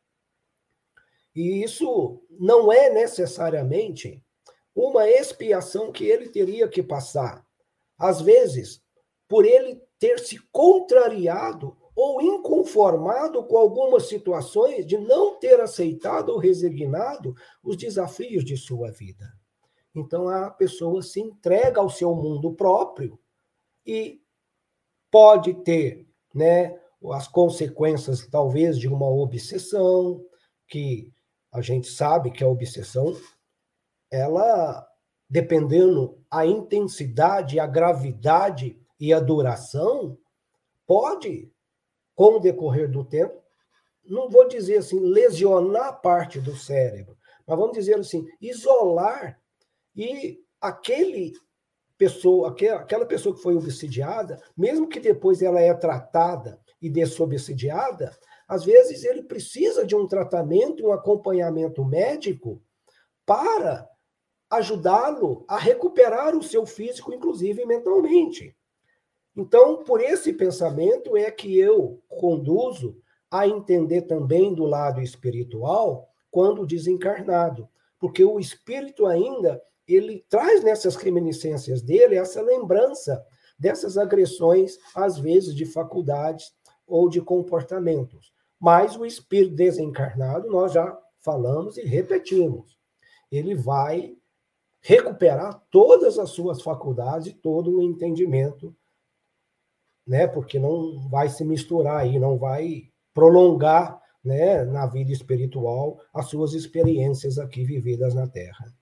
E isso não é necessariamente uma expiação que ele teria que passar. Às vezes, por ele ter se contrariado ou inconformado com algumas situações de não ter aceitado ou resignado os desafios de sua vida. Então, a pessoa se entrega ao seu mundo próprio e pode ter, né, as consequências, talvez, de uma obsessão, que a gente sabe que a obsessão, ela, dependendo a intensidade, a gravidade e a duração, pode, com o decorrer do tempo, não vou dizer assim, lesionar parte do cérebro, mas vamos dizer assim, isolar, e aquele pessoa, aquela pessoa que foi obsidiada, mesmo que depois ela é tratada e desobsidiada, às vezes ele precisa de um tratamento, um acompanhamento médico para ajudá-lo a recuperar o seu físico, inclusive mentalmente. Então, por esse pensamento é que eu conduzo a entender também do lado espiritual quando desencarnado, porque o espírito ainda, ele traz nessas reminiscências dele essa lembrança dessas agressões, às vezes de faculdades ou de comportamentos. Mas o espírito desencarnado, nós já falamos e repetimos, ele vai recuperar todas as suas faculdades e todo o entendimento, né? Porque não vai se misturar aí, não vai prolongar, né, na vida espiritual as suas experiências aqui vividas na Terra.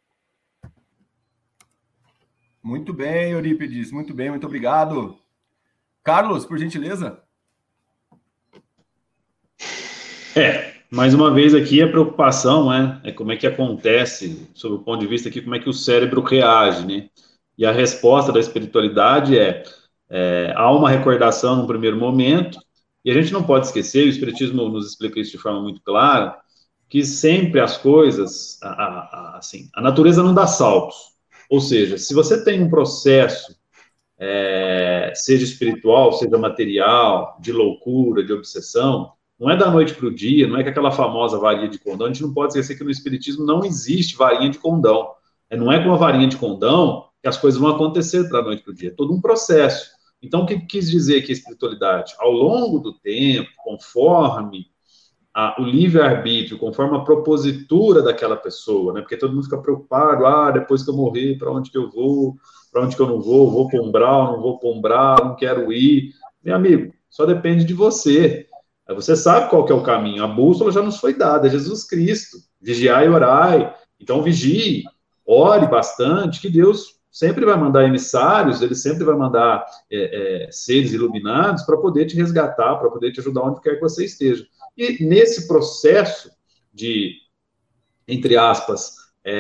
Muito bem, Eurípides, muito bem, muito obrigado. Carlos, por gentileza. É, mais uma vez aqui a preocupação, né, é como é que acontece, sob o ponto de vista aqui, como é que o cérebro reage, né? E a resposta da espiritualidade é, é há uma recordação no primeiro momento, e a gente não pode esquecer, o Espiritismo nos explica isso de forma muito clara, que sempre as coisas, a, a, a, assim, a natureza não dá saltos. Ou seja, se você tem um processo, é, seja espiritual, seja material, de loucura, de obsessão, não é da noite para o dia, não é que aquela famosa varinha de condão. A gente não pode esquecer que no Espiritismo não existe varinha de condão. Não é com a varinha de condão que as coisas vão acontecer da noite para o dia. É todo um processo. Então, o que quis dizer aqui a espiritualidade? Ao longo do tempo, conforme a, o livre-arbítrio, conforme a propositura daquela pessoa, né? Porque todo mundo fica preocupado, ah, depois que eu morrer, para onde que eu vou? Para onde que eu não vou? Vou para umbral, não vou para umbral, não quero ir. Meu amigo, só depende de você. Você sabe qual que é o caminho. A bússola já nos foi dada, é Jesus Cristo. Vigiai e orai. Então, vigie, ore bastante, que Deus sempre vai mandar emissários, ele sempre vai mandar é, é, seres iluminados para poder te resgatar, para poder te ajudar onde quer que você esteja. E nesse processo de, entre aspas,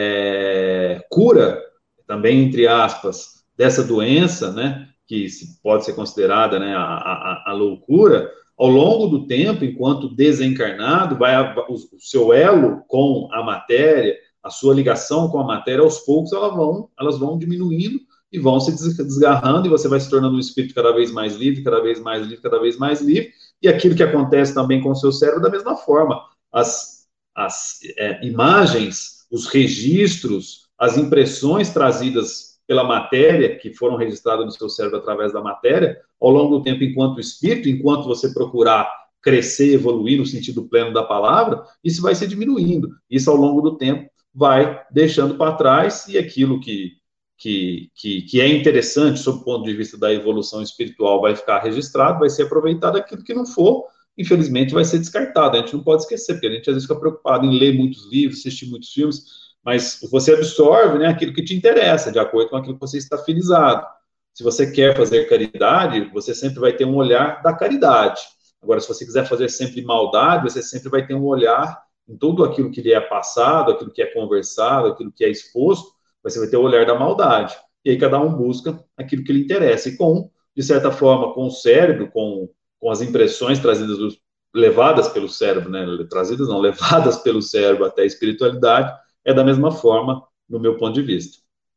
é, cura, também entre aspas, dessa doença, né, que pode ser considerada, né, a, a, a loucura, ao longo do tempo, enquanto desencarnado, vai o, o seu elo com a matéria, a sua ligação com a matéria, aos poucos elas vão, elas vão diminuindo e vão se desgarrando, e você vai se tornando um espírito cada vez mais livre, cada vez mais livre, cada vez mais livre, e aquilo que acontece também com o seu cérebro da mesma forma. As, as é, imagens, os registros, as impressões trazidas pela matéria, que foram registradas no seu cérebro através da matéria, ao longo do tempo, enquanto espírito, enquanto você procurar crescer, evoluir no sentido pleno da palavra, isso vai se diminuindo. Isso, ao longo do tempo, vai deixando para trás, e aquilo que, que, que, que é interessante, sob o ponto de vista da evolução espiritual, vai ficar registrado, vai ser aproveitado. Aquilo que não for, infelizmente, vai ser descartado. A gente não pode esquecer, porque a gente às vezes fica preocupado em ler muitos livros, assistir muitos filmes, mas você absorve, né, aquilo que te interessa, de acordo com aquilo que você está afinizado. Se você quer fazer caridade, você sempre vai ter um olhar da caridade. Agora, se você quiser fazer sempre maldade, você sempre vai ter um olhar em tudo aquilo que lhe é passado, aquilo que é conversado, aquilo que é exposto, você vai ter o olhar da maldade. E aí cada um busca aquilo que lhe interessa. E com, de certa forma, com o cérebro, com, com as impressões trazidas, levadas pelo cérebro, né? Trazidas não, levadas pelo cérebro até a espiritualidade, é da mesma forma, no meu ponto de vista.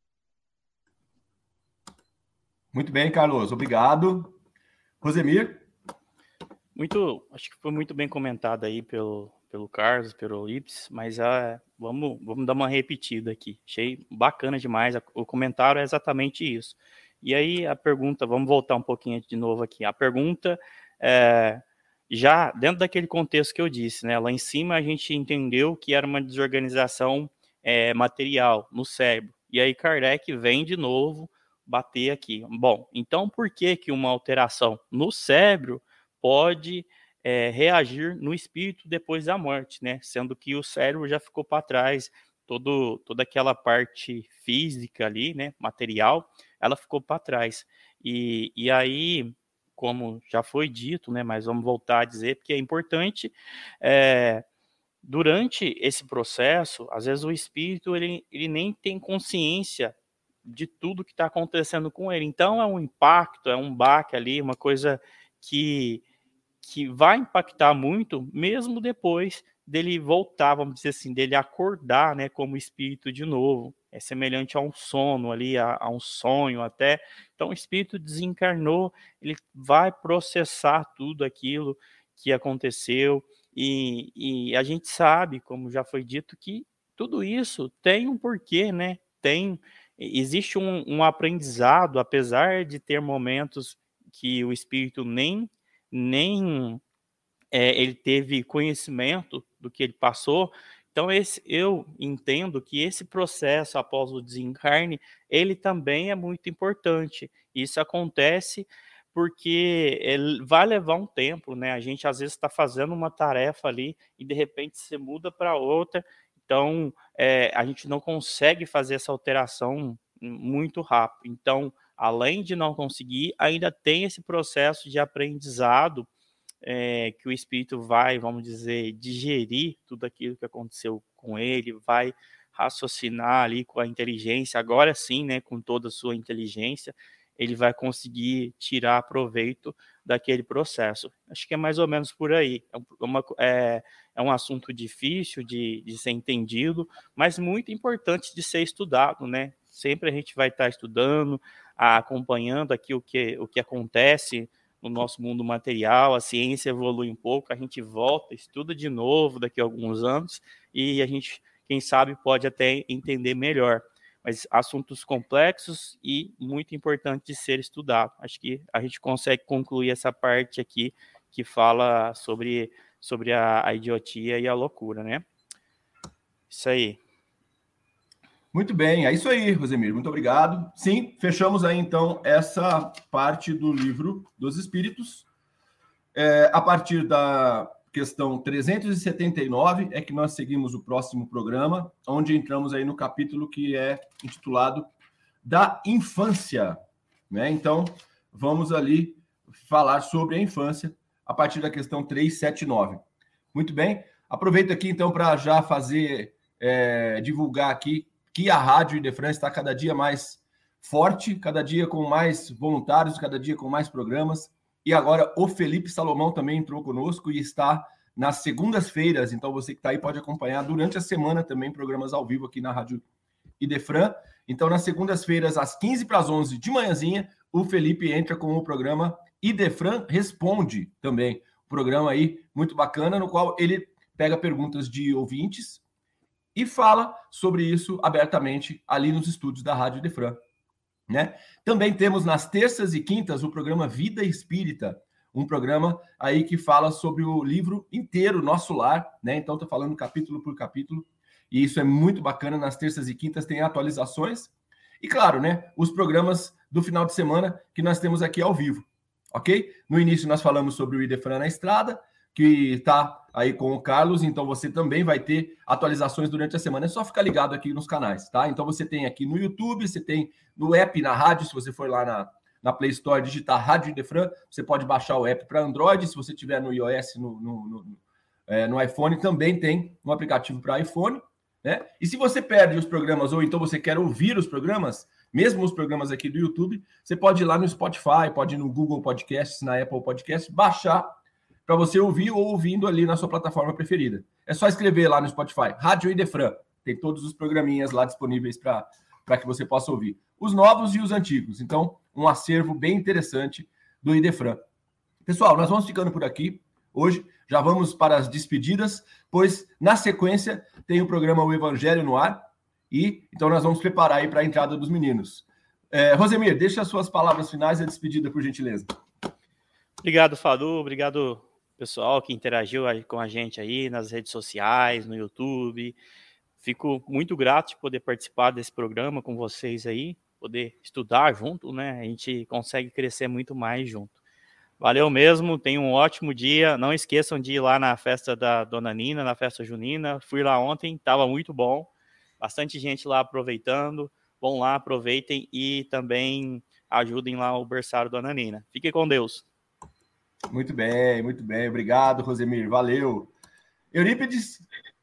Muito bem, Carlos. Obrigado. Rosemir? Muito, acho que foi muito bem comentado aí pelo, pelo Carlos, pelo Ips, mas ah, vamos, vamos dar uma repetida aqui. Achei bacana demais, o comentário é exatamente isso. E aí a pergunta, vamos voltar um pouquinho de novo aqui. A pergunta, é, já dentro daquele contexto que eu disse, né? Lá em cima a gente entendeu que era uma desorganização é, material no cérebro. E aí Kardec vem de novo bater aqui. Bom, então por que que uma alteração no cérebro pode é, reagir no espírito depois da morte, né? Sendo que o cérebro já ficou para trás, todo, toda aquela parte física ali, né, material, ela ficou para trás. E, e aí, como já foi dito, né, mas vamos voltar a dizer, porque é importante, é, durante esse processo, às vezes o espírito ele, ele nem tem consciência de tudo que está acontecendo com ele. Então é um impacto, é um baque ali, uma coisa que que vai impactar muito, mesmo depois dele voltar, vamos dizer assim, dele acordar, né, como espírito de novo. É semelhante a um sono ali, a, a um sonho até. Então, o espírito desencarnou, ele vai processar tudo aquilo que aconteceu, e, e a gente sabe, como já foi dito, que tudo isso tem um porquê, né? Tem, existe um, um aprendizado, apesar de ter momentos que o espírito nem nem é, ele teve conhecimento do que ele passou. Então, esse, eu entendo que esse processo após o desencarne, ele também é muito importante. Isso acontece porque ele vai levar um tempo, né? A gente, às vezes, está fazendo uma tarefa ali e, de repente, se muda para outra. Então, é, a gente não consegue fazer essa alteração muito rápido. Então, além de não conseguir, ainda tem esse processo de aprendizado é, que o espírito vai, vamos dizer, digerir tudo aquilo que aconteceu com ele, vai raciocinar ali com a inteligência, agora sim, né, com toda a sua inteligência, ele vai conseguir tirar proveito daquele processo. Acho que é mais ou menos por aí. É, uma, é, é um assunto difícil de, de ser entendido, mas muito importante de ser estudado, né? Sempre a gente vai estar estudando, acompanhando aqui o que, o que acontece no nosso mundo material. A ciência evolui um pouco, a gente volta, estuda de novo daqui a alguns anos e a gente, quem sabe, pode até entender melhor. Mas assuntos complexos e muito importantes de ser estudado. Acho que a gente consegue concluir essa parte aqui que fala sobre, sobre a, a idiotia e a loucura, né? Isso aí. Muito bem, é isso aí, Rosemir, muito obrigado. Sim, fechamos aí então essa parte do livro dos Espíritos. É, a partir da questão trezentos e setenta e nove é que nós seguimos o próximo programa, onde entramos aí no capítulo que é intitulado Da Infância, né? Então, vamos ali falar sobre a infância a partir da questão trezentos e setenta e nove. Muito bem, aproveito aqui então para já fazer, é, divulgar aqui que a Rádio Idefran está cada dia mais forte, cada dia com mais voluntários, cada dia com mais programas. E agora o Felipe Salomão também entrou conosco e está nas segundas-feiras. Então você que está aí pode acompanhar durante a semana também programas ao vivo aqui na Rádio Idefran. Então nas segundas-feiras, às quinze para as onze de manhãzinha, o Felipe entra com o programa Idefran Responde também. Um programa aí muito bacana, no qual ele pega perguntas de ouvintes e fala sobre isso abertamente ali nos estúdios da Rádio Idefran, né? Também temos nas terças e quintas o programa Vida Espírita, um programa aí que fala sobre o livro inteiro, Nosso Lar, né? Então estou falando capítulo por capítulo, e isso é muito bacana. Nas terças e quintas tem atualizações e, claro, né, os programas do final de semana que nós temos aqui ao vivo, ok? No início nós falamos sobre o Idefran na Estrada, que está aí com o Carlos, então você também vai ter atualizações durante a semana. É só ficar ligado aqui nos canais, tá? Então você tem aqui no YouTube, você tem no app, na rádio, se você for lá na, na Play Store, digitar Rádio Idefran, você pode baixar o app para Android, se você tiver no iOS, no, no, no, é, no iPhone, também tem um aplicativo para iPhone, né? E se você perde os programas, ou então você quer ouvir os programas, mesmo os programas aqui do YouTube, você pode ir lá no Spotify, pode ir no Google Podcasts, na Apple Podcasts, baixar para você ouvir ou ouvindo ali na sua plataforma preferida. É só escrever lá no Spotify, Rádio Idefran. Tem todos os programinhas lá disponíveis para que você possa ouvir. Os novos e os antigos. Então, um acervo bem interessante do Idefran. Pessoal, nós vamos ficando por aqui. Hoje já vamos para as despedidas, pois na sequência tem o programa O Evangelho no Ar. E então nós vamos preparar aí para a entrada dos meninos. É, Rosemir, deixa as suas palavras finais e a despedida, por gentileza. Obrigado, Fadu. Obrigado, pessoal que interagiu aí com a gente aí nas redes sociais, no YouTube. Fico muito grato de poder participar desse programa com vocês aí, poder estudar junto, né? A gente consegue crescer muito mais junto. Valeu mesmo, tenham um ótimo dia. Não esqueçam de ir lá na festa da Dona Nina, na festa junina. Fui lá ontem, estava muito bom. Bastante gente lá aproveitando. Vão lá, aproveitem e também ajudem lá o berçário da Dona Nina. Fiquem com Deus. Muito bem, muito bem. Obrigado, Rosemir. Valeu. Eurípides.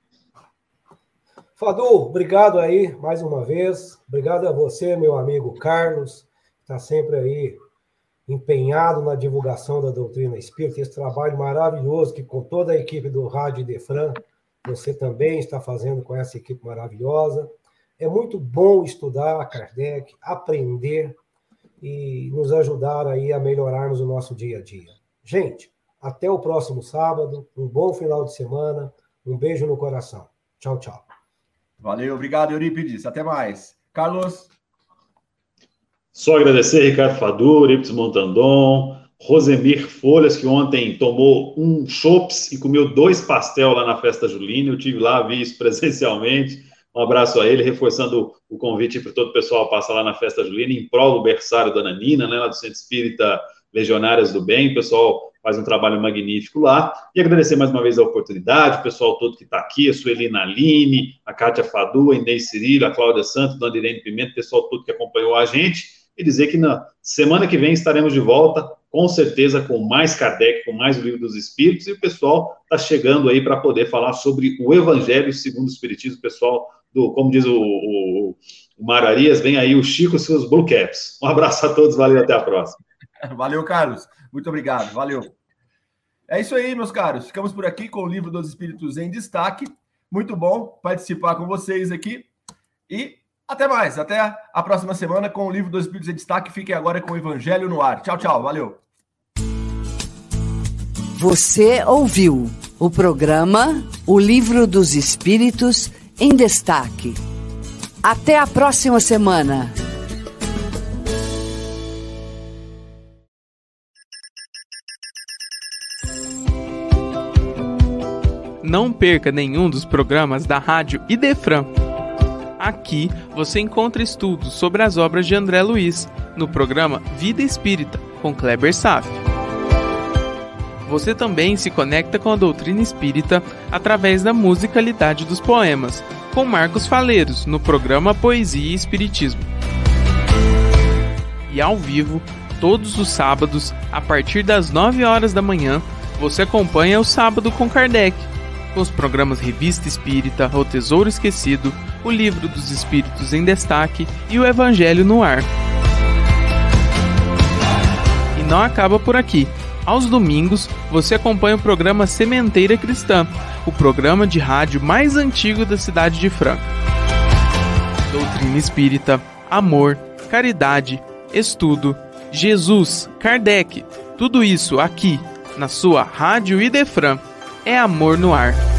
Fadu, obrigado aí mais uma vez. Obrigado a você, meu amigo Carlos, que está sempre aí empenhado na divulgação da doutrina espírita. Esse trabalho maravilhoso que com toda a equipe do Rádio Idefran, você também está fazendo com essa equipe maravilhosa. É muito bom estudar Kardec, aprender e nos ajudar aí a melhorarmos o nosso dia a dia. Gente, até o próximo sábado, um bom final de semana, um beijo no coração. Tchau, tchau. Valeu, obrigado, Eurípides. Até mais. Carlos? Só agradecer, Ricardo Fadu, Eurípides Montandon, Rosemir Folhas, que ontem tomou um chops e comeu dois pastel lá na festa julina. Eu estive lá, vi isso presencialmente. Um abraço a ele, reforçando o convite para todo o pessoal passar lá na festa julina, em prol do berçário da Dona Nina, né, lá do Centro Espírita Legionárias do Bem. O pessoal faz um trabalho magnífico lá. E agradecer mais uma vez a oportunidade, o pessoal todo que está aqui, a Suelina Aline, a Kátia Fadu, a Inês Cirilo, a Cláudia Santos, a Dona Irene Pimenta, o pessoal todo que acompanhou a gente. E dizer que na semana que vem estaremos de volta, com certeza, com mais Kardec, com mais o Livro dos Espíritos, e o pessoal está chegando aí para poder falar sobre o Evangelho segundo o Espiritismo. O pessoal, do, como diz o, o, o Mararias, vem aí o Chico e seus Blue Caps. Um abraço a todos, valeu, até a próxima. Valeu, Carlos. Muito obrigado, valeu. É isso aí, meus caros. Ficamos por aqui com o Livro dos Espíritos em destaque. Muito bom participar com vocês aqui. E Até mais, até a próxima semana com o Livro dos Espíritos em Destaque. Fiquem agora com o Evangelho no Ar. Tchau, tchau, valeu. Você ouviu o programa O Livro dos Espíritos em Destaque. Até a próxima semana. Não perca nenhum dos programas da Rádio Idefran. Aqui você encontra estudos sobre as obras de André Luiz, no programa Vida Espírita, com Kleber Safi. Você também se conecta com a doutrina espírita através da musicalidade dos poemas, com Marcos Faleiros, no programa Poesia e Espiritismo. E ao vivo, todos os sábados, a partir das nove horas da manhã, você acompanha o Sábado com Kardec, com os programas Revista Espírita, O Tesouro Esquecido, o Livro dos Espíritos em Destaque e o Evangelho no Ar. E não acaba por aqui. Aos domingos, você acompanha o programa Sementeira Cristã, o programa de rádio mais antigo da cidade de Franca. Doutrina espírita, amor, caridade, estudo, Jesus, Kardec, tudo isso aqui, na sua Rádio Idefran. É amor no ar.